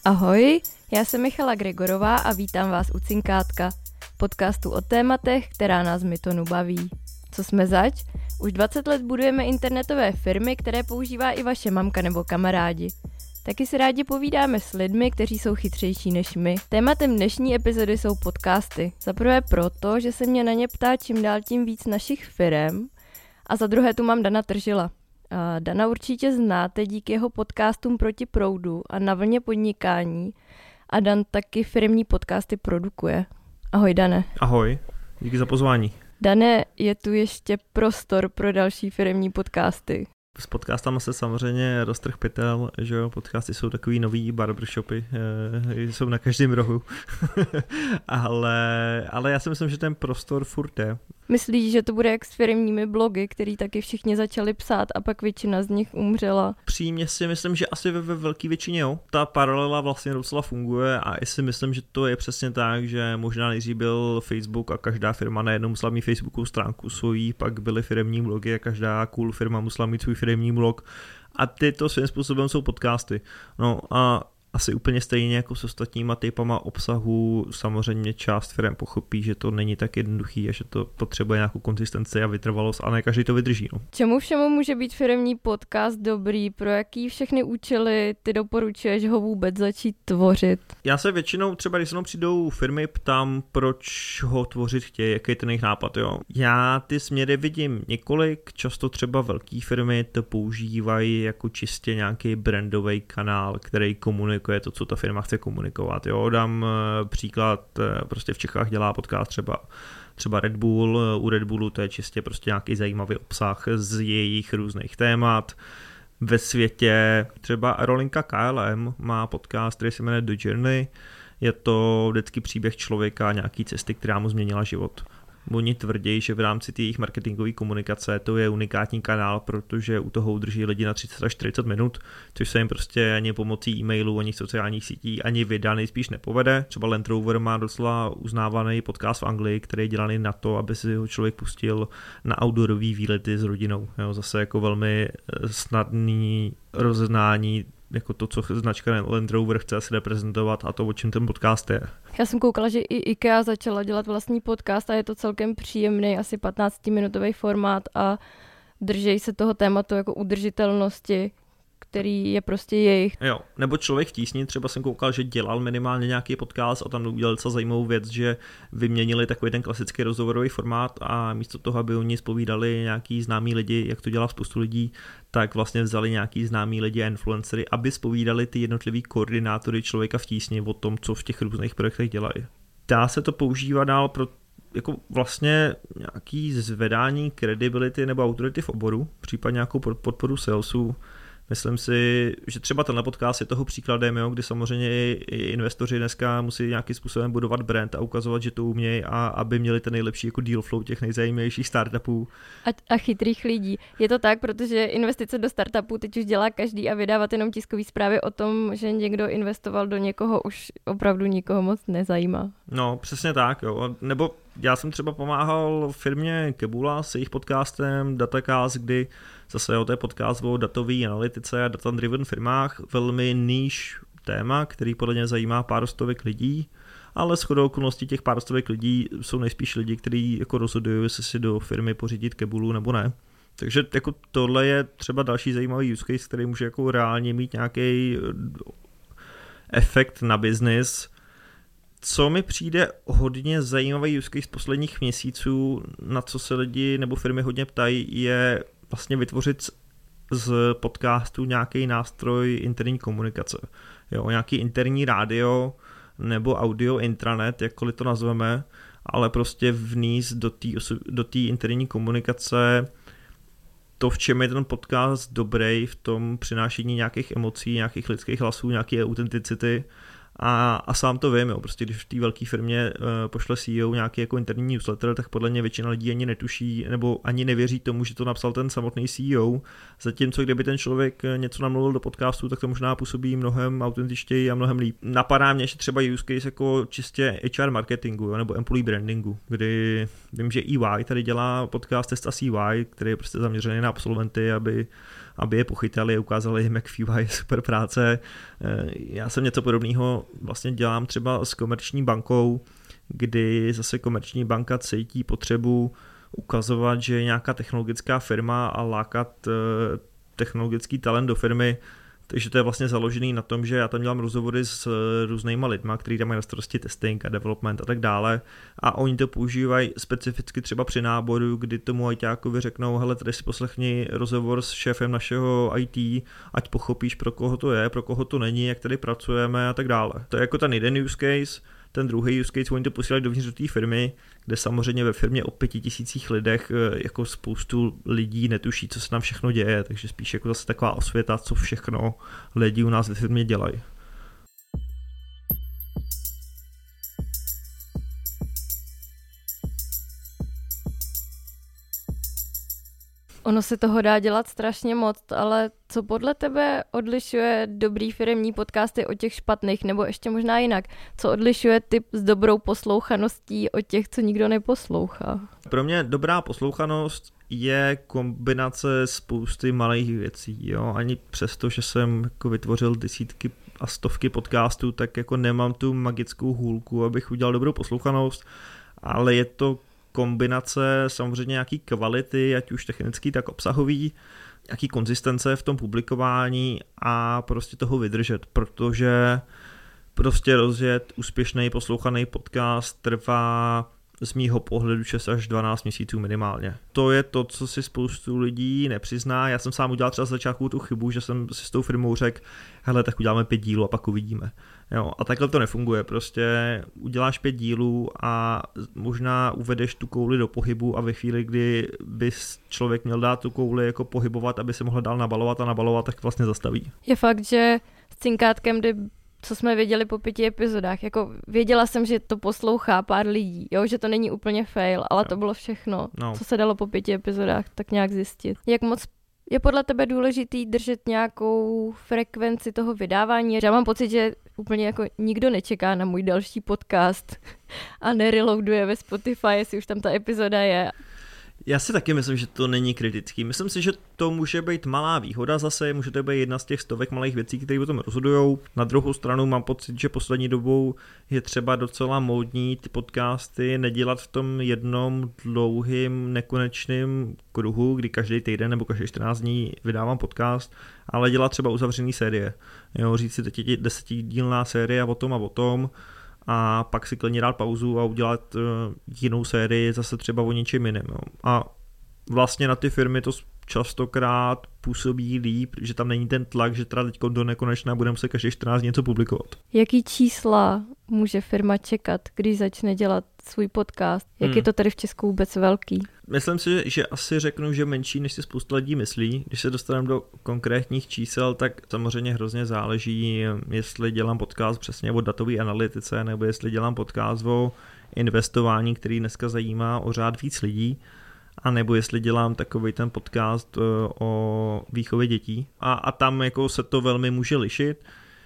Ahoj, já jsem Michala Gregorová a vítám vás u Cinkátka, podcastu o tématech, která nás mytonu baví. Co jsme zač? Už 20 let budujeme internetové firmy, které používá i vaše mamka nebo kamarádi. Taky si rádi povídáme s lidmi, kteří jsou chytřejší než my. Tématem dnešní epizody jsou podcasty. Za prvé proto, že se mě na ně ptá čím dál tím víc našich firem, a za druhé tu mám Dana Tržila. Dana určitě znáte díky jeho podcastům Proti proudu a Na vlně podnikání a Dan taky firemní podcasty produkuje. Ahoj, Dane. Ahoj, díky za pozvání. Dane, je tu ještě prostor pro další firemní podcasty. S podcastama se samozřejmě roztrh pytel, že jo, podcasty jsou takový nový barbershopy, jsou na každém rohu, ale já si myslím, že ten prostor furt je. Myslíš, že to bude jak s firemními blogy, který taky všichni začali psát a pak většina z nich umřela? Přímě si myslím, že asi ve velké většině jo. Ta paralela vlastně docela funguje a i si myslím, že to je přesně tak, že možná nejdřív byl Facebook a každá firma najednou musela mít Facebookovou stránku svojí, pak byly firemní blogy a každá cool firma musela mít svůj firemní blog a tyto svým způsobem jsou podcasty. No a asi úplně stejně jako s ostatníma typama obsahu, samozřejmě část firem pochopí, že to není tak jednoduchý a že to potřebuje nějakou konzistenci a vytrvalost a ne každý to vydrží. No. Čemu všemu může být firemní podcast dobrý? Pro jaký všechny účely ty doporučuješ ho vůbec začít tvořit? Já se většinou třeba, když se mnou přijdou firmy, ptám, proč ho tvořit chtějí, jaký je ten jejich nápad. Jo. Já ty směry vidím několik, často třeba velké firmy to používají jako čistě nějaký brandový kanál, který komunikuje to, co ta firma chce komunikovat. Jo, dám příklad, prostě v Čechách dělá podcast třeba Red Bull, u Red Bullu to je čistě prostě nějaký zajímavý obsah z jejich různých témat. Ve světě třeba Rolinka KLM má podcast, který se jmenuje The Journey, je to vždycky příběh člověka, nějaký cesty, která mu změnila život. Oni tvrdí, že v rámci té jejich marketingové komunikace to je unikátní kanál, protože u toho udrží lidi na 30 až 40 minut, což se jim prostě ani pomocí e-mailů, ani sociálních sítí, ani videa nejspíš nepovede. Třeba Land Rover má docela uznávaný podcast v Anglii, který je dělaný na to, aby si ho člověk pustil na outdoorový výlety s rodinou. Jo, zase jako velmi snadný rozeznání, jako to, co značka Land Rover chce asi reprezentovat a to, o čem ten podcast je. Já jsem koukala, že i IKEA začala dělat vlastní podcast a je to celkem příjemný, asi 15-minutový formát a držej se toho tématu jako udržitelnosti, který je prostě jejich. Jo, nebo Člověk v tísni, třeba jsem koukal, že dělal minimálně nějaký podcast a tam udělal docela zajímavou věc, že vyměnili takový ten klasický rozhovorový formát a místo toho, aby oni zpovídali nějaký známí lidi, jak to dělá spoustu lidí, tak vlastně vzali nějaký známí lidi a influencery, aby zpovídali ty jednotlivý koordinátory Člověka v tísni o tom, co v těch různých projektech dělají. Dá se to používat dál pro jako vlastně nějaký zvedání credibility nebo autority v oboru, případně nějakou podporu salesů. Myslím si, že třeba tenhle podcast je toho příkladem, jo, kdy samozřejmě i investoři dneska musí nějakým způsobem budovat brand a ukazovat, že to umějí a aby měli ten nejlepší jako deal flow těch nejzajímavějších startupů. A chytrých lidí. Je to tak, protože investice do startupů teď už dělá každý a vydávat jenom tiskový zprávy o tom, že někdo investoval do někoho, už opravdu nikoho moc nezajímá. No, přesně tak, jo. Nebo já jsem třeba pomáhal firmě Kebula s jejich podcastem Datacast, kdy zase to je podcast o datové analytice a data-driven firmách, velmi níž téma, který podle mě zajímá pár stovek lidí, ale shodou okolností těch pár stovek lidí jsou nejspíš lidi, kteří jako rozhodují, jestli si do firmy pořídit Kebulu nebo ne. Takže jako tohle je třeba další zajímavý use case, který může jako reálně mít nějaký efekt na biznis. Co mi přijde hodně zajímavý use case z posledních měsíců, na co se lidi nebo firmy hodně ptají, je vlastně vytvořit z podcastu nějaký nástroj interní komunikace. Jo, nějaký interní rádio nebo audio intranet, jakkoliv to nazveme, ale prostě vníst do té interní komunikace to, v čem je ten podcast dobrý, v tom přinášení nějakých emocí, nějakých lidských hlasů, nějaké autenticity. A sám to vím, jo. Prostě když v té velké firmě pošle CEO nějaký jako interní newsletter, tak podle mě většina lidí ani netuší nebo ani nevěří tomu, že to napsal ten samotný CEO. Zatímco kdyby ten člověk něco namluvil do podcastu, tak to možná působí mnohem autentičtěji a mnohem líp. Napadá mě ještě třeba use case jako čistě HR marketingu, jo, nebo employee brandingu, kdy vím, že EY tady dělá podcast Testa CY, který je prostě zaměřený na absolventy, aby aby je pochytali, ukázali jim, jak FIBA je super práce. Já jsem něco podobného vlastně dělám třeba s Komerční bankou, kdy zase Komerční banka cítí potřebu ukazovat, že je nějaká technologická firma a lákat technologický talent do firmy. Takže to je vlastně založený na tom, že já tam dělám rozhovory s různýma lidma, kteří tam mají na starosti testing a development a tak dále, a oni to používají specificky třeba při náboru, kdy tomu ajťákovi řeknou, hele, tady si poslechni rozhovor s šéfem našeho IT, ať pochopíš, pro koho to je, pro koho to není, jak tady pracujeme a tak dále. To je jako ten jeden use case. Ten druhý use case, oni to posílají dovnitř do té firmy, kde samozřejmě ve firmě o 5000 lidech jako spoustu lidí netuší, co se tam všechno děje, takže spíš jako zase taková osvěta, co všechno lidi u nás ve firmě dělají. Ono se toho dá dělat strašně moc, ale co podle tebe odlišuje dobrý firemní podcasty od těch špatných, nebo ještě možná jinak, co odlišuje typ s dobrou poslouchaností od těch, co nikdo neposlouchá? Pro mě dobrá poslouchanost je kombinace spousty malých věcí. Jo? Ani přesto, že jsem jako vytvořil desítky a stovky podcastů, tak jako nemám tu magickou hůlku, abych udělal dobrou poslouchanost, ale je to kombinace samozřejmě nějaký kvality, ať už technický, tak obsahový, nějaký konzistence v tom publikování a prostě toho vydržet, protože prostě rozjet úspěšný poslouchaný podcast trvá z mýho pohledu 6 až 12 měsíců minimálně. To je to, co si spoustu lidí nepřizná. Já jsem sám udělal třeba z začátku tu chybu, že jsem si s tou firmou řekl, hele, tak uděláme 5 dílů a pak uvidíme. Jo, a takhle to nefunguje, prostě uděláš 5 dílů a možná uvedeš tu kouli do pohybu a ve chvíli, kdy bys člověk měl dát tu kouli jako pohybovat, aby se mohl dál nabalovat, tak vlastně zastaví. Je fakt, že s Cinkátkem, co jsme věděli po 5 epizodách, jako věděla jsem, že to poslouchá pár lidí, jo, že to není úplně fail, ale to bylo všechno, co se dalo po 5 epizodách tak nějak zjistit. Jak moc je podle tebe důležitý držet nějakou frekvenci toho vydávání? Já mám pocit, že úplně jako nikdo nečeká na můj další podcast a nereloaduje ve Spotify, jestli už tam ta epizoda je. Já si taky myslím, že to není kritický. Myslím si, že to může být malá výhoda zase, může to být jedna z těch stovek malých věcí, které o tom rozhodujou. Na druhou stranu mám pocit, že poslední dobou je třeba docela módní ty podcasty nedělat v tom jednom dlouhým nekonečným kruhu, kdy každý týden nebo každý 14 dní vydávám podcast, ale dělat třeba uzavřený série. Jo, říct si teď je 10dílná série o tom, a pak si klidně dát pauzu a udělat jinou sérii zase třeba o něčem jiném. Jo. A vlastně na ty firmy to častokrát působí líp, že tam není ten tlak, že teda teď do nekonečna budeme se každý 14 něco publikovat. Jaký čísla může firma čekat, když začne dělat svůj podcast? Jak je to tady v Česku vůbec velký? Myslím si, že asi řeknu, že menší, než si spousta lidí myslí. Když se dostaneme do konkrétních čísel, tak samozřejmě hrozně záleží, jestli dělám podcast přesně o datové analytice, nebo jestli dělám podcast o investování, který dneska zajímá o řád víc lidí, a nebo jestli dělám takový ten podcast o výchově dětí. A tam jako se to velmi může lišit.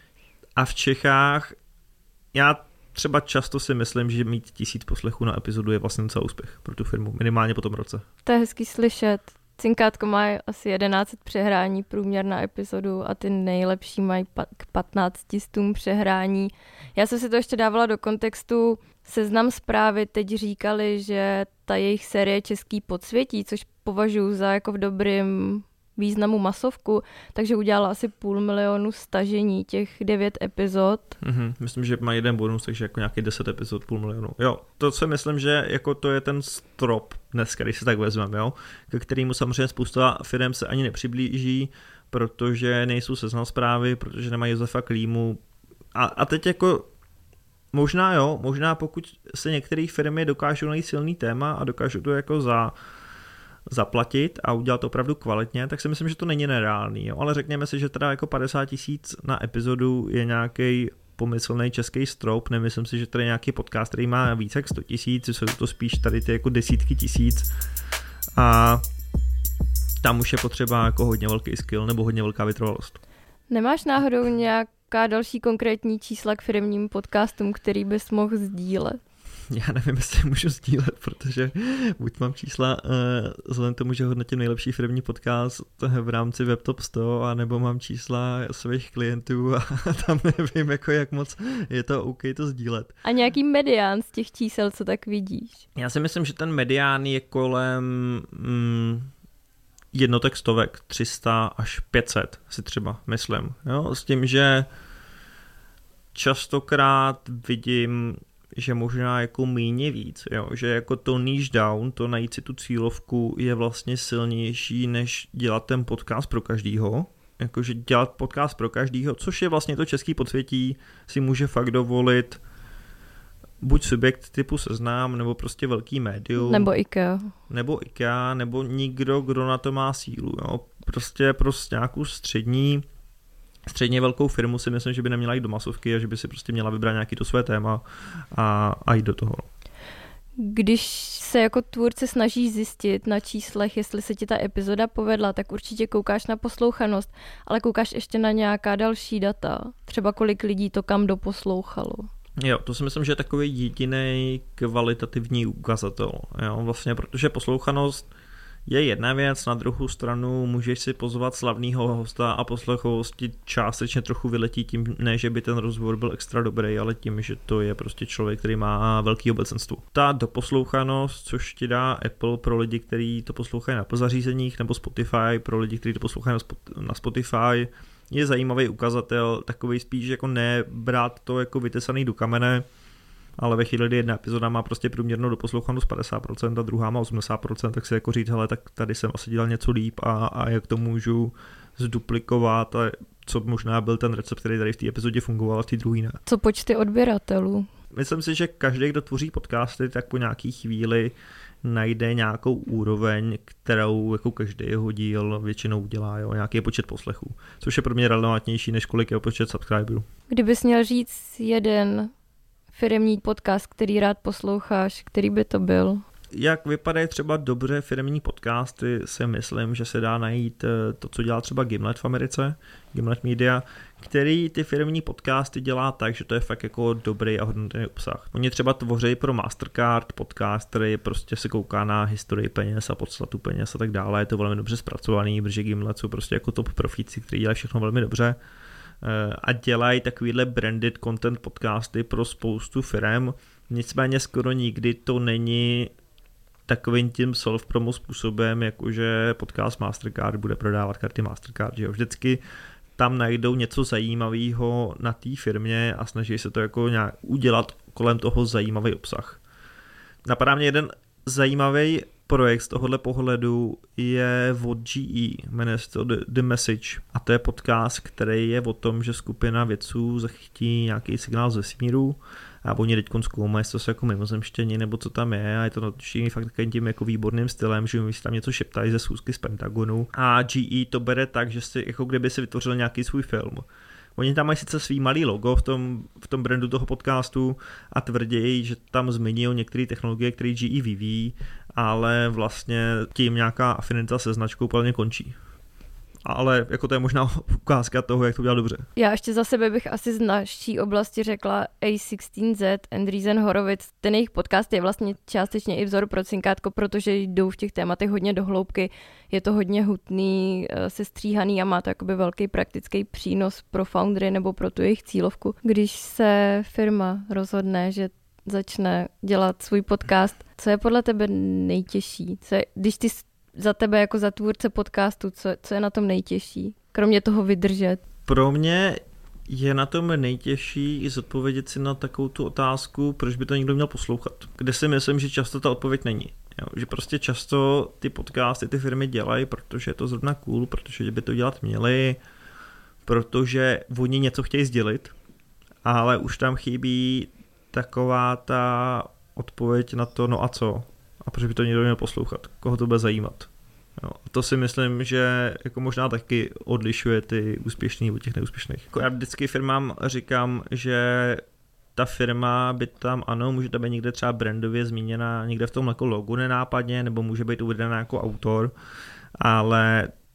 A v Čechách já třeba často si myslím, že mít 1000 poslechů na epizodu je vlastně docela úspěch pro tu firmu, minimálně po tom roce. To je hezký slyšet. Cinkátko má asi 1100 přehrání průměr na epizodu a ty nejlepší mají k 1500 přehrání. Já jsem si to ještě dávala do kontextu. Seznam Zprávy teď říkali, že ta jejich série Český podsvětí, což považuji za jako v dobrým významu masovku, takže udělala asi 500 000 stažení těch 9 epizod. Myslím, že má jeden bonus, takže jako nějaký 10 epizod 500 000. Jo, to si myslím, že jako to je ten strop dneska, když se tak vezmeme, jo, ke kterému samozřejmě spousta firm se ani nepřiblíží, protože nejsou Seznam Zprávy, protože nemají Josefa Klímu. A teď jako možná pokud se některé firmy dokážou najít silný téma a dokážou to jako zaplatit a udělat to opravdu kvalitně, tak si myslím, že to není nereálný. Jo? Ale řekněme si, že teda jako 50 000 na epizodu je nějaký pomyslný český strop. Nemyslím si, že tady je nějaký podcast, který má více jak 100 000, jsou to spíš tady ty jako desítky tisíc. A tam už je potřeba jako hodně velký skill nebo hodně velká vytrvalost. Nemáš náhodou nějaká další konkrétní čísla k firemním podcastům, který bys mohl sdílet? Já nevím, jestli můžu sdílet, protože buď mám čísla vzhledem tomu, že hodnotím nejlepší firmní podcast v rámci WebTop 100, anebo mám čísla svých klientů a tam nevím, jako jak moc je to OK to sdílet. A nějaký medián z těch čísel, co tak vidíš? Já si myslím, že ten medián je kolem jednotek stovek, 300 až 500 si třeba myslím. Jo? S tím, že častokrát vidím, že možná jako méně víc, jo? Že jako to niche down, to najít si tu cílovku je vlastně silnější, než dělat ten podcast pro každýho. Jakože dělat podcast pro každýho, což je vlastně to český podsvětí, si může fakt dovolit buď subjekt typu Seznam, nebo prostě velký médium. Nebo IKEA. Nebo nikdo, kdo na to má sílu. Jo? Prostě nějakou středně velkou firmu si myslím, že by neměla jít do masovky a že by si prostě měla vybrat nějaký to své téma a jít do toho. Když se jako tvůrce snažíš zjistit na číslech, jestli se ti ta epizoda povedla, tak určitě koukáš na poslouchanost, ale koukáš ještě na nějaká další data. Třeba kolik lidí to kam doposlouchalo. Jo, to si myslím, že je takový jediný kvalitativní ukazatel. Jo, vlastně, protože poslouchanost je jedna věc, na druhou stranu můžeš si pozvat slavného hosta a poslechovosti částečně trochu vyletí tím, ne, že by ten rozhovor byl extra dobrý, ale tím, že to je prostě člověk, který má velký obecenstvo. Ta doposlouchanost, což ti dá Apple pro lidi, kteří to poslouchají na zařízeních, nebo Spotify pro lidi, kteří to poslouchají na Spotify, je zajímavý ukazatel, takový spíš jako nebrát to jako vytesaný do kamene, ale ve chvíli, kdy jedna epizoda má prostě průměrnou doposlouchanost 50% a druhá má 80%, tak si jako říct, hele, tak tady jsem asi dělal něco líp a jak to můžu zduplikovat a co možná byl ten recept, který tady v té epizodě fungoval a v té druhé ne. Co počty odběratelů? Myslím si, že každý, kdo tvoří podcasty, tak po nějaký chvíli najde nějakou úroveň, kterou jako každý jeho díl většinou udělá, jo, nějaký počet poslechů, což je pro mě relevantnější, než kolik je počet subscriberů. Kdybys měl říct jeden firemní podcast, který rád posloucháš, který by to byl? Jak vypadají třeba dobře firemní podcasty, si myslím, že se dá najít to, co dělá třeba Gimlet v Americe, Gimlet Media, který ty firemní podcasty dělá tak, že to je fakt jako dobrý a hodnotný obsah. Oni třeba tvoří pro Mastercard podcast, který prostě se kouká na historii peněz a podstatu peněz a tak dále, je to velmi dobře zpracovaný, protože Gimlet jsou prostě jako top profíci, kteří dělají všechno velmi dobře a dělají takovýhle branded content podcasty pro spoustu firem, nicméně skoro nikdy to není takovým tím self-promo způsobem, jakože podcast Mastercard bude prodávat karty Mastercard, že jo, vždycky tam najdou něco zajímavého na té firmě a snaží se to jako nějak udělat kolem toho zajímavý obsah. Napadá mě jeden zajímavý projekt z tohohle pohledu je od GE, jmenuje se to The Message a to je podcast, který je o tom, že skupina vědců zachytí nějaký signál ze vesmíru a oni teď zkoumají, jestli to jsou jako mimozemštění nebo co tam je a je to natočený fakt takovým tím jako výborným stylem, že mi tam něco šeptají ze schůzky z Pentagonu a GE to bere tak, že si jako kdyby si vytvořil nějaký svůj film. Oni tam mají sice svý malý logo v tom brandu toho podcastu a tvrdí, že tam zmiňují některé technologie, které GE vyvíjí, ale vlastně tím nějaká afinita se značkou plně končí. Ale jako to je možná ukázka toho, jak to udělal dobře. Já ještě za sebe bych asi z naší oblasti řekla A16Z, Andreessen Horowitz. Ten jejich podcast je vlastně částečně i vzor pro cinkátko, protože jdou v těch tématech hodně do hloubky. Je to hodně hutný, sestříhaný a má to jakoby velký praktický přínos pro foundery nebo pro tu jejich cílovku. Když se firma rozhodne, že začne dělat svůj podcast, co je podle tebe nejtěžší? Když ty za tebe jako za tvůrce podcastu, co je na tom nejtěžší? Kromě toho vydržet. Pro mě je na tom nejtěžší zodpovědět si na takovou tu otázku, proč by to někdo měl poslouchat. Kde si myslím, že často ta odpověď není. Jo, že prostě často ty podcasty ty firmy dělají, protože je to zrovna cool, protože by to dělat měli, protože oni něco chtějí sdělit, ale už tam chybí taková ta odpověď na to, no a co? A proč by to někdo měl poslouchat? Koho to bude zajímat? Jo, to si myslím, že jako možná taky odlišuje ty úspěšný od těch neúspěšných. Jako já vždycky firmám říkám, že ta firma by tam, ano, může tam být někde třeba brandově zmíněna, někde v tom jako logu nenápadně, nebo může být uvedena jako autor, ale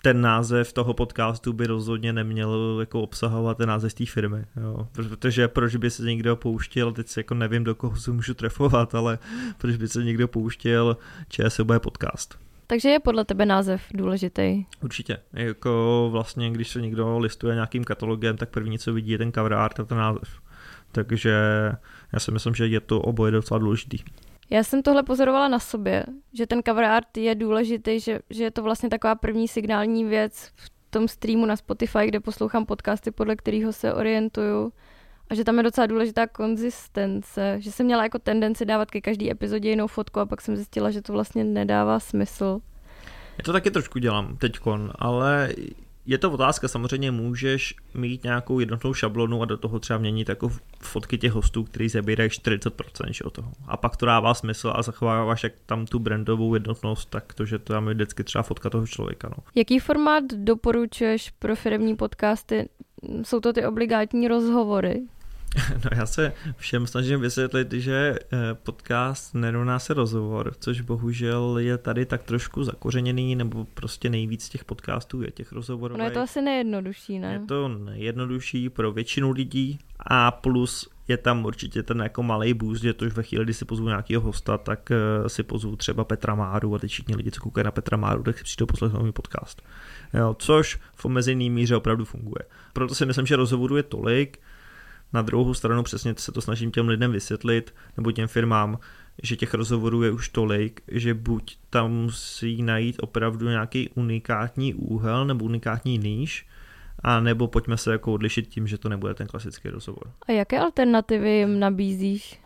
ten název toho podcastu by rozhodně neměl jako obsahovat ten název té firmy, jo. Protože proč by se někdo pouštěl, teď si jako nevím, do koho se můžu trefovat, ale proč by se někdo pouštěl ČSOB podcast. Takže je podle tebe název důležitý? Určitě. Jako vlastně, když se někdo listuje nějakým katalogem, tak první, co vidí, je ten cover art a ten název. Takže já si myslím, že je to oboje docela důležitý. Já jsem tohle pozorovala na sobě, že ten cover art je důležitý, že je to vlastně taková první signální věc v tom streamu na Spotify, kde poslouchám podcasty, podle kterého se orientuju. A že tam je docela důležitá konzistence, že jsem měla jako tendenci dávat ke každý epizodě jinou fotku a pak jsem zjistila, že to vlastně nedává smysl. Já to taky trošku dělám teďkon, ale je to otázka, samozřejmě můžeš mít nějakou jednotnou šablonu a do toho třeba měnit jako fotky těch hostů, který zabírají 40% toho. A pak to dává smysl a zachováváš jak tam tu brandovou jednotnost, tak to, že tam je vždycky třeba fotka toho člověka. No. Jaký formát doporučuješ pro firemní podcasty? Jsou to ty obligátní rozhovory? No já se všem snažím vysvětlit, že podcast nerovná se rozhovor, což bohužel je tady tak trošku zakořeněný, nebo prostě nejvíc těch podcastů je těch rozhovorů. No je to asi nejjednodušší, ne? Je to nejjednodušší pro většinu lidí a plus je tam určitě ten jako malej boost, že to už ve chvíli, kdy si pozvu nějakého hosta, tak si pozvu třeba Petra Máru a teď všichni lidi, co koukají na Petra Máru, tak si přijdou poslechnout můj podcast. Jo, což v omezený míře opravdu funguje. Proto si myslím, že rozhovorů je tolik. Na druhou stranu přesně se to snažím těm lidem vysvětlit, nebo těm firmám, že těch rozhovorů je už tolik, že buď tam musí najít opravdu nějaký unikátní úhel nebo unikátní níž, a nebo pojďme se jako odlišit tím, že to nebude ten klasický rozhovor. A jaké alternativy jim nabízíš?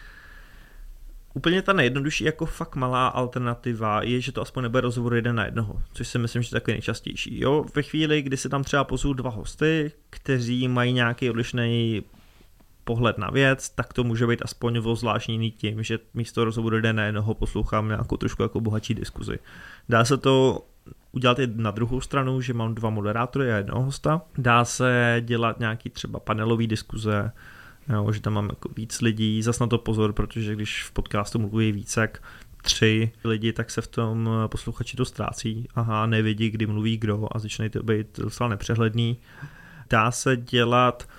Úplně ta nejjednodušší jako fakt malá alternativa je, že to aspoň nebude rozhovor jeden na jednoho, což si myslím, že je takový nejčastější. Jo? Ve chvíli, kdy se tam třeba pozvou dva hosty, kteří mají nějaký odlišný pohled na věc, tak to může být aspoň zvláštní tím, že místo rozhovoru jeden na jednoho poslouchám nějakou trošku jako bohatší diskuzi. Dá se to udělat i na druhou stranu, že mám dva moderátory a jednoho hosta. Dá se dělat nějaký třeba panelový diskuze, jo, že tam mám jako víc lidí, zas na to pozor, protože když v podcastu mluví víc jak 3 lidi, tak se v tom posluchači to ztrácí. Aha, nevidí, kdy mluví kdo a začne to být docela nepřehledný. Dá se dělat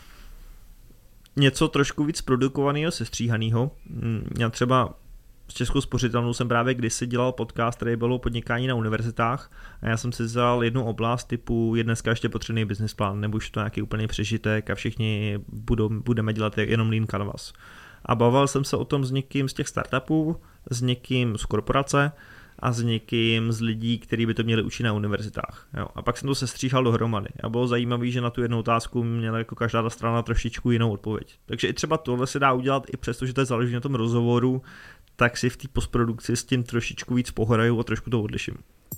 něco trošku víc produkovaného, sestříhaného. Já třeba s Českou spořitelnou jsem právě kdysi dělal podcast, který bylo podnikání na univerzitách a já jsem si vzal jednu oblast typu je dneska ještě potřebný business plán, nebo už to nějaký úplně přežitek a všichni budeme dělat jenom lean canvas. A bavil jsem se o tom s někým z těch startupů, s někým z korporace a s někým z lidí, kteří by to měli učit na univerzitách. Jo. A pak jsem to sestříhal dohromady. A bylo zajímavé, že na tu jednu otázku měla jako každá ta strana trošičku jinou odpověď. Takže i třeba tohle se dá udělat, i přesto, že to je záleží na tom rozhovoru, tak si v té postprodukci s tím trošičku víc pohraju a trošku to odliším.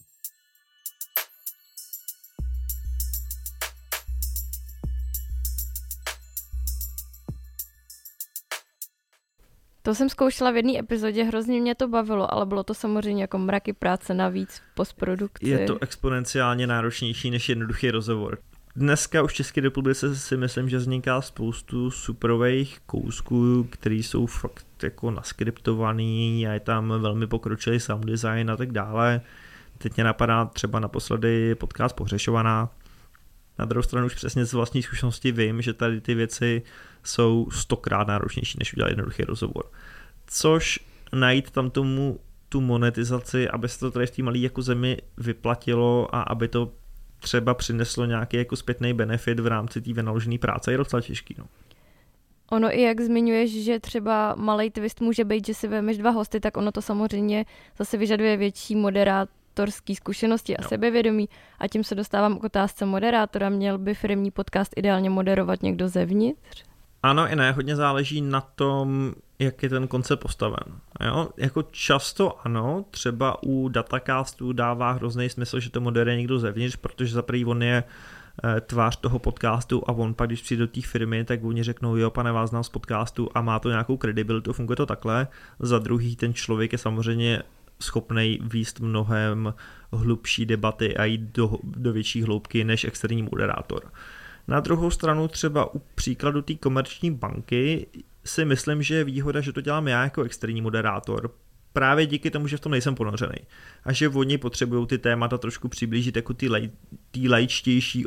To jsem zkoušela v jedné epizodě, hrozně mě to bavilo, ale bylo to samozřejmě jako mraky práce navíc v postprodukci. Je to exponenciálně náročnější než jednoduchý rozhovor. Dneska už v České republice si myslím, že vzniká spoustu superových kousků, které jsou fakt jako naskriptovaný a je tam velmi pokročilý sound design a tak dále. Teď mě napadá třeba naposledy podcast Pohřešovaná. Na druhou stranu už přesně z vlastní zkušenosti vím, že tady ty věci jsou 100krát náročnější, než udělat jednoduchý rozhovor. Což najít tam tomu tu monetizaci, aby se to tady v té malé jako zemi vyplatilo a aby to třeba přineslo nějaký jako zpětný benefit v rámci té vynaložené práce, je docela těžký. No. Ono i jak zmiňuješ, že třeba malej twist může být, že si vemeš dva hosty, tak ono to samozřejmě zase vyžaduje větší moderátorský zkušenosti a sebevědomí. A tím se dostávám k otázce moderátora. Měl by firemní podcast ideálně moderovat někdo zevnitř? Ano i ne, hodně záleží na tom, jak je ten koncept postaven. Jo? Jako často ano, třeba u Datacastu dává hrozný smysl, že to moderuje někdo zevnitř, protože za prvý on je tvář toho podcastu a on pak, když přijde do té firmy, tak oni řeknou, jo, pane, vás znám z podcastu a má to nějakou kredibilitu, funguje to takhle. Za druhý, ten člověk je samozřejmě schopnej vést mnohem hlubší debaty a jít do větší hloubky než externí moderátor. Na druhou stranu třeba u příkladu té komerční banky si myslím, že je výhoda, že to dělám já jako externí moderátor, právě díky tomu, že v tom nejsem ponořený. A že oni potřebují ty témata trošku přiblížit jako ty laičtější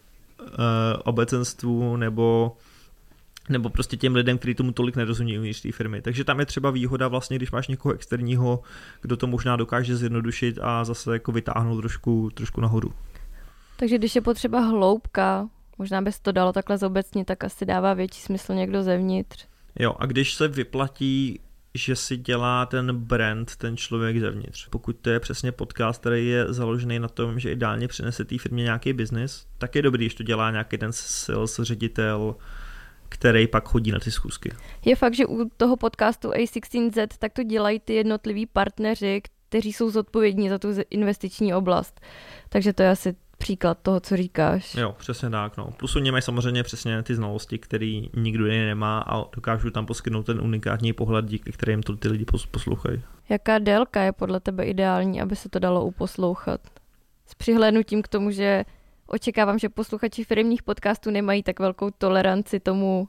obecenstvu nebo prostě těm lidem, kteří tomu tolik nerozumí uvnitř té firmy. Takže tam je třeba výhoda vlastně, když máš někoho externího, kdo to možná dokáže zjednodušit a zase jako vytáhnout trošku nahoru. Takže když je potřeba hloubka, možná by se to dalo takhle zobecnit, tak asi dává větší smysl někdo zevnitř. Jo, a když se vyplatí, že si dělá ten brand, ten člověk zevnitř. Pokud to je přesně podcast, který je založený na tom, že ideálně přinese té firmě nějaký biznis, tak je dobrý, když to dělá nějaký ten sales ředitel, který pak chodí na ty schůzky. Je fakt, že u toho podcastu A16Z tak to dělají ty jednotliví partneři, kteří jsou zodpovědní za tu investiční oblast. Takže to je asi příklad toho, co říkáš. Jo, přesně tak. No. Plus oni mají samozřejmě přesně ty znalosti, které nikdo jiný nemá a dokážou tam poskytnout ten unikátní pohled, díky kterým to ty lidi poslouchají. Jaká délka je podle tebe ideální, aby se to dalo uposlouchat? S přihlédnutím k tomu, že očekávám, že posluchači firemních podcastů nemají tak velkou toleranci tomu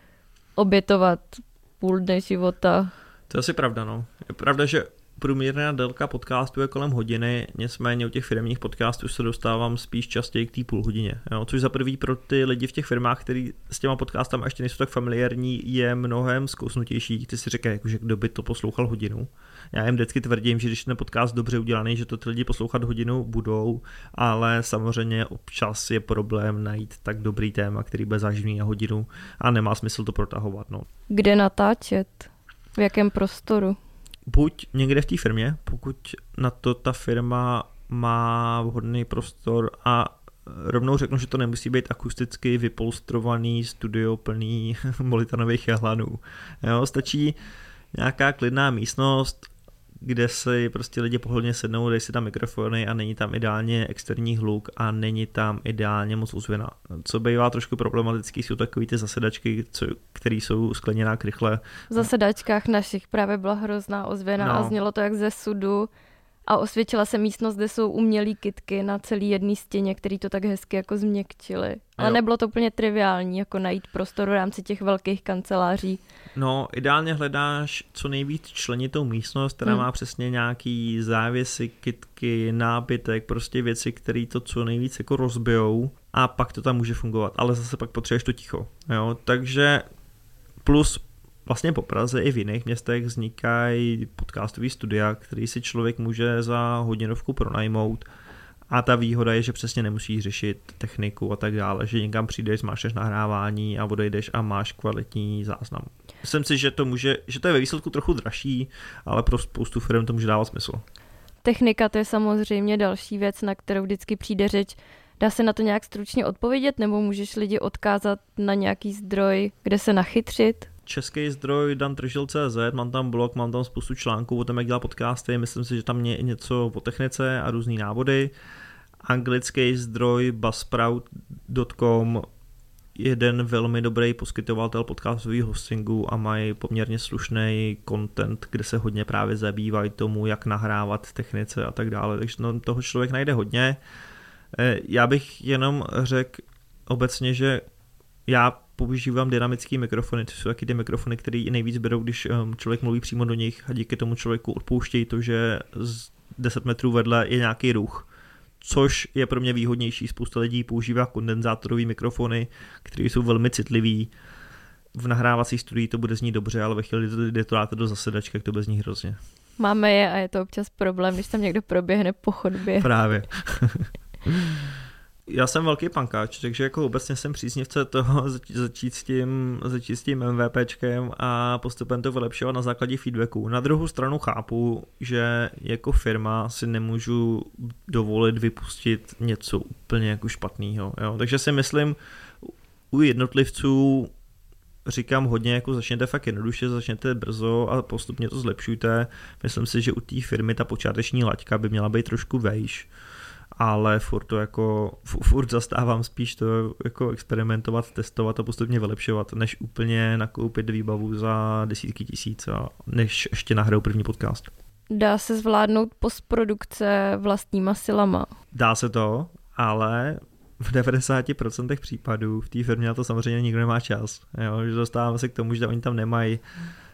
obětovat půl dne života. To je asi pravda, no. Je pravda, že průměrná délka podcastu je kolem hodiny, nicméně u těch firemních podcastů se dostávám spíš častěji k té půl hodině. Jo? Což za prvý pro ty lidi v těch firmách, kteří s těma podcastama ještě nejsou tak familiární, je mnohem zkousnutější. Ty si říkají, že kdo by to poslouchal hodinu. Já jim vždycky tvrdím, že když ten podcast dobře udělaný, že to ty lidi poslouchat hodinu budou, ale samozřejmě občas je problém najít tak dobrý téma, který bude záživný na hodinu a nemá smysl to protahovat. No. Kde natáčet? V jakém prostoru? Buď někde v té firmě, pokud na to ta firma má vhodný prostor a rovnou řeknu, že to nemusí být akusticky vypolstrovaný studio plný molitanových jehlanů. Jo, stačí nějaká klidná místnost, kde si prostě lidi pohodlně sednou, dají si tam mikrofony a není tam ideálně externí hluk a není tam ideálně moc ozvěna. Co bývá trošku problematický, jsou takový ty zasedačky, které jsou skleněná krychle. V zasedačkách našich právě byla hrozná ozvěna a znělo to jak ze sudu a osvědčila se místnost, kde jsou umělý kytky na celý jedné stěně, který to tak hezky jako změkčili. Ale nebylo to úplně triviální, jako najít prostor v rámci těch velkých kanceláří. No, ideálně hledáš co nejvíc členitou místnost, která má přesně nějaký závěsy, kytky, nábytek, prostě věci, které to co nejvíc jako rozbijou a pak to tam může fungovat, ale zase pak potřebuješ to ticho. Jo? Takže plus vlastně po Praze i v jiných městech vznikají podcastový studia, který si člověk může za hodinovku pronajmout. A ta výhoda je, že přesně nemusíš řešit techniku a tak dále, že někam přijdeš, zmášneš nahrávání a odejdeš a máš kvalitní záznam. Myslím si, že to je ve výsledku trochu dražší, ale pro spoustu firm to může dávat smysl. Technika, to je samozřejmě další věc, na kterou vždycky přijde řeč. Dá se na to nějak stručně odpovědět, nebo můžeš lidi odkázat na nějaký zdroj, kde se nachytřit? Český zdroj dantržil.cz, mám tam blog, mám tam spoustu článků o tom, jak dělá podcasty, myslím si, že tam je něco o technice a různý návody. Anglický zdroj buzzsprout.com, jeden velmi dobrý poskytovatel podcastového hostingu a mají poměrně slušný content, kde se hodně právě zabývají tomu, jak nahrávat technice a tak dále, takže toho člověk najde hodně. Já bych jenom řekl obecně, že já používám dynamické mikrofony, to jsou taky ty mikrofony, které nejvíc berou, když člověk mluví přímo do nich a díky tomu člověku odpouštějí to, že z 10 metrů vedle je nějaký ruch, což je pro mě výhodnější. Spousta lidí používá kondenzátorové mikrofony, které jsou velmi citlivý. V nahrávací studii to bude znít dobře, ale ve chvíli, kdy to dáte do zasedačky, tak to bude znít hrozně. Máme je a je to občas problém, když tam někdo proběhne po chodbě. Právě. Já jsem velký pankáč, takže jako obecně jsem příznivce toho začít s tím MVPčkem a postupem to vylepšovat na základě feedbacku. Na druhou stranu chápu, že jako firma si nemůžu dovolit vypustit něco úplně jako špatného. Takže si myslím, u jednotlivců říkám hodně, jako začněte fakt jednoduše, začněte brzo a postupně to zlepšujte. Myslím si, že u té firmy ta počáteční laťka by měla být trošku vejš. Ale furt zastávám spíš to jako experimentovat, testovat a postupně vylepšovat, než úplně nakoupit výbavu za desítky tisíc, než ještě nahraju první podcast. Dá se zvládnout postprodukce vlastníma silama? Dá se to, ale v 90% případů v té firmě na to samozřejmě nikdo nemá čas. Jo? Že dostáváme se k tomu, že oni tam nemají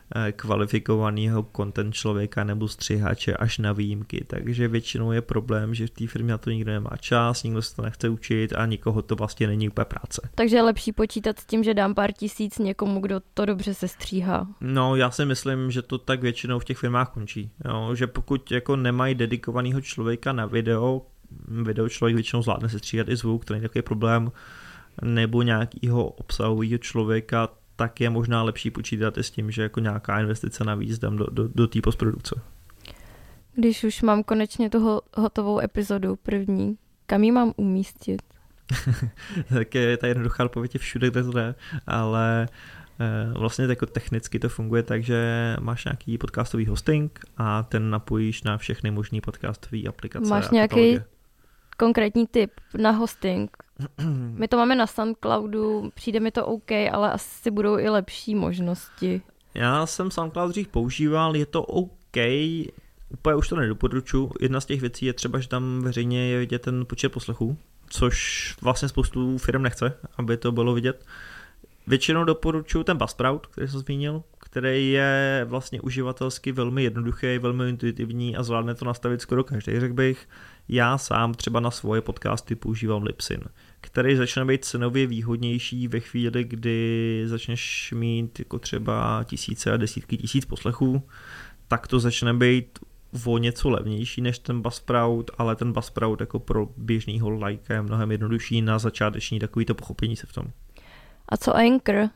kvalifikovaného content člověka nebo střihače až na výjimky, takže většinou je problém, že v té firmě na to nikdo nemá čas, nikdo se to nechce učit a nikoho to vlastně není úplně práce. Takže je lepší počítat s tím, že dám pár tisíc někomu, kdo to dobře sestříhá. No, já si myslím, že to tak většinou v těch firmách končí, jo? Že pokud jako nemají dedikovaného člověka na video člověk většinou zvládne sestříhat i zvuk, to není takový problém, nebo nějakého obsahového člověka, tak je možná lepší počítat i s tím, že jako nějaká investice navíc dám do té postprodukce. Když už mám konečně tu hotovou epizodu první, kam ji mám umístit? Tak je ta jednoduchá odpověď všude, kde to jde, ale vlastně jako technicky to funguje tak, že máš nějaký podcastový hosting a ten napojíš na všechny možný podcastové aplikace. Máš nějaký konkrétní tip na hosting? My to máme na SoundCloudu, přijde mi to OK, ale asi budou i lepší možnosti. Já jsem SoundCloud dřív používal, je to OK, úplně už to nedoporučuji. Jedna z těch věcí je třeba, že tam veřejně je vidět ten počet poslechů, což vlastně spoustu firm nechce, aby to bylo vidět. Většinou doporučuji ten Buzzsprout, který jsem zmínil, který je vlastně uživatelsky velmi jednoduchý, velmi intuitivní a zvládne to nastavit skoro každý, řekl bych. Já sám třeba na svoje podcasty používám Libsyn, který začne být cenově výhodnější ve chvíli, kdy začneš mít jako třeba tisíce a desítky tisíc poslechů, tak to začne být o něco levnější než ten Buzzsprout, ale ten Buzzsprout jako pro běžnýho lajka je mnohem jednodušší na začáteční takovýto pochopení se v tom. A co Anchor?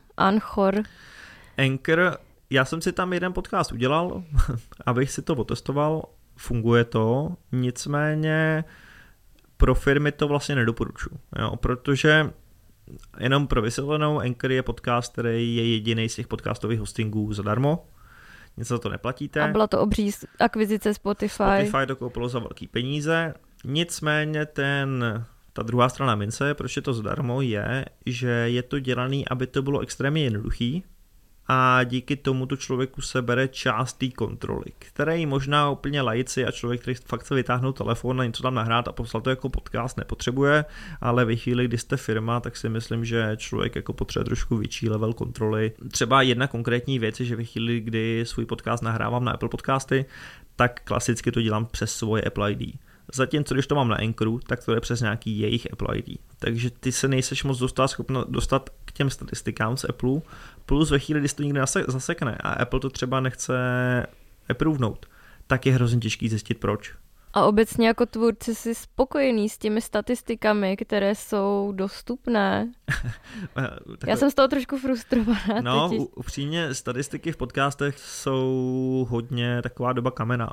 Anchor, já jsem si tam jeden podcast udělal, abych si to otestoval, funguje to, nicméně pro firmy to vlastně nedoporučuji, protože jenom pro vysvětlenou, Anchor je podcast, který je jediný z těch podcastových hostingů zadarmo, nic za to neplatíte. A byla to obří akvizice Spotify. Spotify to koupilo za velký peníze, nicméně ta druhá strana mince, proč je to zadarmo, je, že je to dělaný, aby to bylo extrémně jednoduchý a díky tomu to člověku sebere část té kontroly, který možná úplně laici a člověk, který fakt chce vytáhnout telefon a něco tam nahrát a poslat to jako podcast, nepotřebuje, ale ve chvíli, kdy jste firma, tak si myslím, že člověk jako potřebuje trošku větší level kontroly. Třeba jedna konkrétní věc je, že ve chvíli, kdy svůj podcast nahrávám na Apple Podcasty, tak klasicky to dělám přes svoje Apple ID. Zatímco když to mám na Anchoru, tak to je přes nějaký jejich Apple ID. Takže ty se nejseš moc schopna dostat k těm statistikám z Apple, plus ve chvíli, kdy to někde zasekne a Apple to třeba nechce approvenout, tak je hrozně těžký zjistit proč. A obecně jako tvůrci jsi spokojený s těmi statistikami, které jsou dostupné? Já jsem z toho trošku frustrovaná. No, upřímně, statistiky v podcastech jsou hodně taková doba kamena.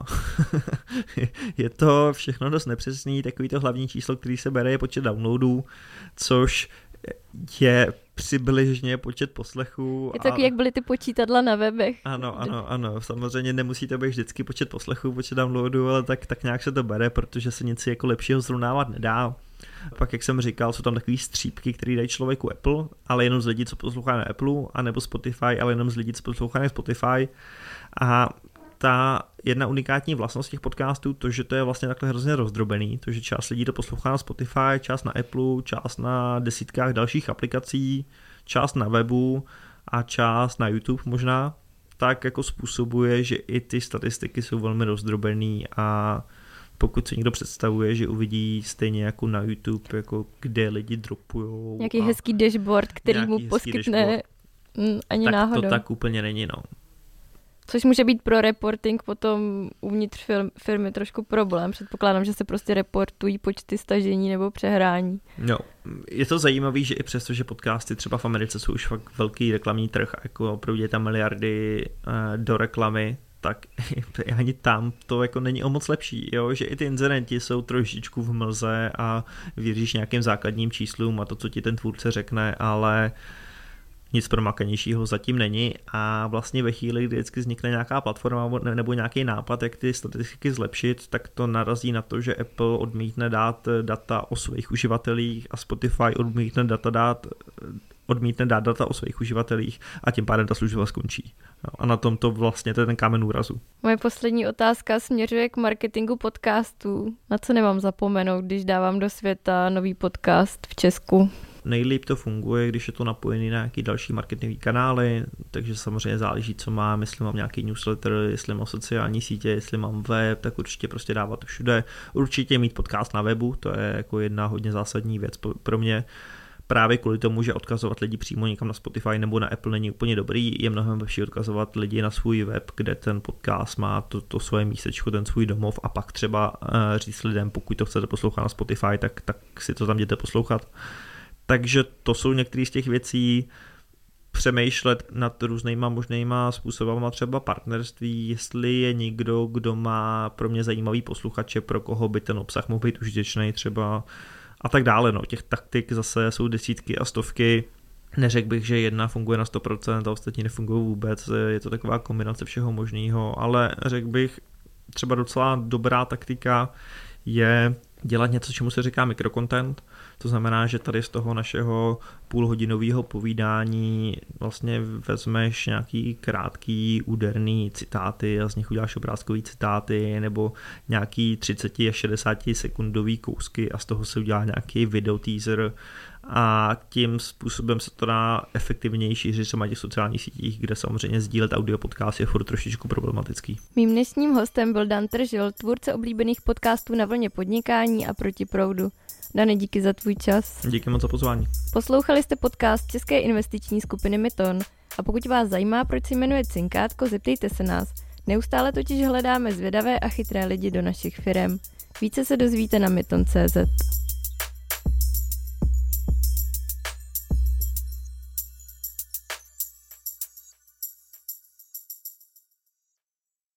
Je to všechno dost nepřesný, takový to hlavní číslo, který se bere, je počet downloadů, což je přibližně počet poslechů. Je to taky, jak byly ty počítadla na webech. Ano, samozřejmě nemusí to být vždycky počet poslechů, počet downloadů, ale tak nějak se to bere, protože se nic jako lepšího zrovnávat nedá. Pak, jak jsem říkal, jsou tam takový střípky, které dají člověku Apple, ale jenom z lidí, co poslouchají na Apple, anebo Spotify, ale jenom z lidí, co poslouchají na Spotify. A ta jedna unikátní vlastnost těch podcastů, to, že to je vlastně takhle hrozně rozdrobený, to, že část lidí to poslouchá na Spotify, část na Apple, část na desítkách dalších aplikací, část na webu a část na YouTube možná, tak jako způsobuje, že i ty statistiky jsou velmi rozdrobený a pokud si někdo představuje, že uvidí stejně jako na YouTube, jako kde lidi dropujou. Nějaký hezký dashboard, který mu poskytne ani tak náhodou. To tak úplně není, no. Což může být pro reporting potom uvnitř firmy trošku problém. Předpokládám, že se prostě reportují počty stažení nebo přehrání. No, je to zajímavé, že i přesto, že podcasty třeba v Americe jsou už fakt velký reklamní trh a jako opravdu je tam miliardy do reklamy, tak ani tam to jako není o moc lepší, jo? Že i ty inzerenti jsou trošičku v mlze a věříš nějakým základním číslům a to, co ti ten tvůrce řekne, ale nic promakanějšího zatím není a vlastně ve chvíli, kdy vždycky vznikne nějaká platforma nebo nějaký nápad, jak ty statistiky zlepšit, tak to narazí na to, že Apple odmítne dát data o svých uživatelích a Spotify odmítne dát data o svých uživatelích a tím pádem ta služba skončí. A na tom to vlastně to je ten kámen úrazu. Moje poslední otázka směřuje k marketingu podcastů. Na co nemám zapomenout, když dávám do světa nový podcast v Česku? nejlíp to funguje, když je to napojený na nějaký další marketingový kanály, takže samozřejmě záleží, co mám, jestli mám nějaký newsletter, jestli mám sociální sítě, jestli mám web, tak určitě prostě dávat to všude. Určitě mít podcast na webu, to je jako jedna hodně zásadní věc pro mě. Právě kvůli tomu, že odkazovat lidi přímo někam na Spotify nebo na Apple není úplně dobrý, je mnohem lepší odkazovat lidi na svůj web, kde ten podcast má to svoje místečko, ten svůj domov a pak třeba říct lidem, pokud to chcete poslouchat na Spotify, tak si to tam jděte poslouchat. Takže to jsou některé z těch věcí, přemýšlet nad různýma možnýma způsobama třeba partnerství, jestli je někdo, kdo má pro mě zajímavý posluchače, pro koho by ten obsah mohl být užitečný třeba a tak dále. No. Těch taktik zase jsou desítky a stovky. Neřekl bych, že jedna funguje na 100% a ostatní nefungují vůbec. Je to taková kombinace všeho možného, ale řekl bych, třeba docela dobrá taktika je dělat něco, čemu se říká mikrocontent. To znamená, že tady z toho našeho půlhodinového povídání vlastně vezmeš nějaký krátký úderný citáty a z nich uděláš obrázkový citáty nebo nějaký 30 až 60 sekundový kousky a z toho se udělá nějaký video teaser a tím způsobem se to dá efektivněji šířit na těch sociálních sítích, kde samozřejmě sdílet audio podcast je furt trošičku problematický. Mým dnešním hostem byl Dan Tržil, tvůrce oblíbených podcastů Na vlně podnikání a Proti proudu. Dane, díky za tvůj čas. Díky moc za pozvání. Poslouchali jste podcast české investiční skupiny Myton a pokud vás zajímá, proč se jmenuje Cinkátko, zeptejte se nás. Neustále totiž hledáme zvědavé a chytré lidi do našich firem. Více se dozvíte na myton.cz.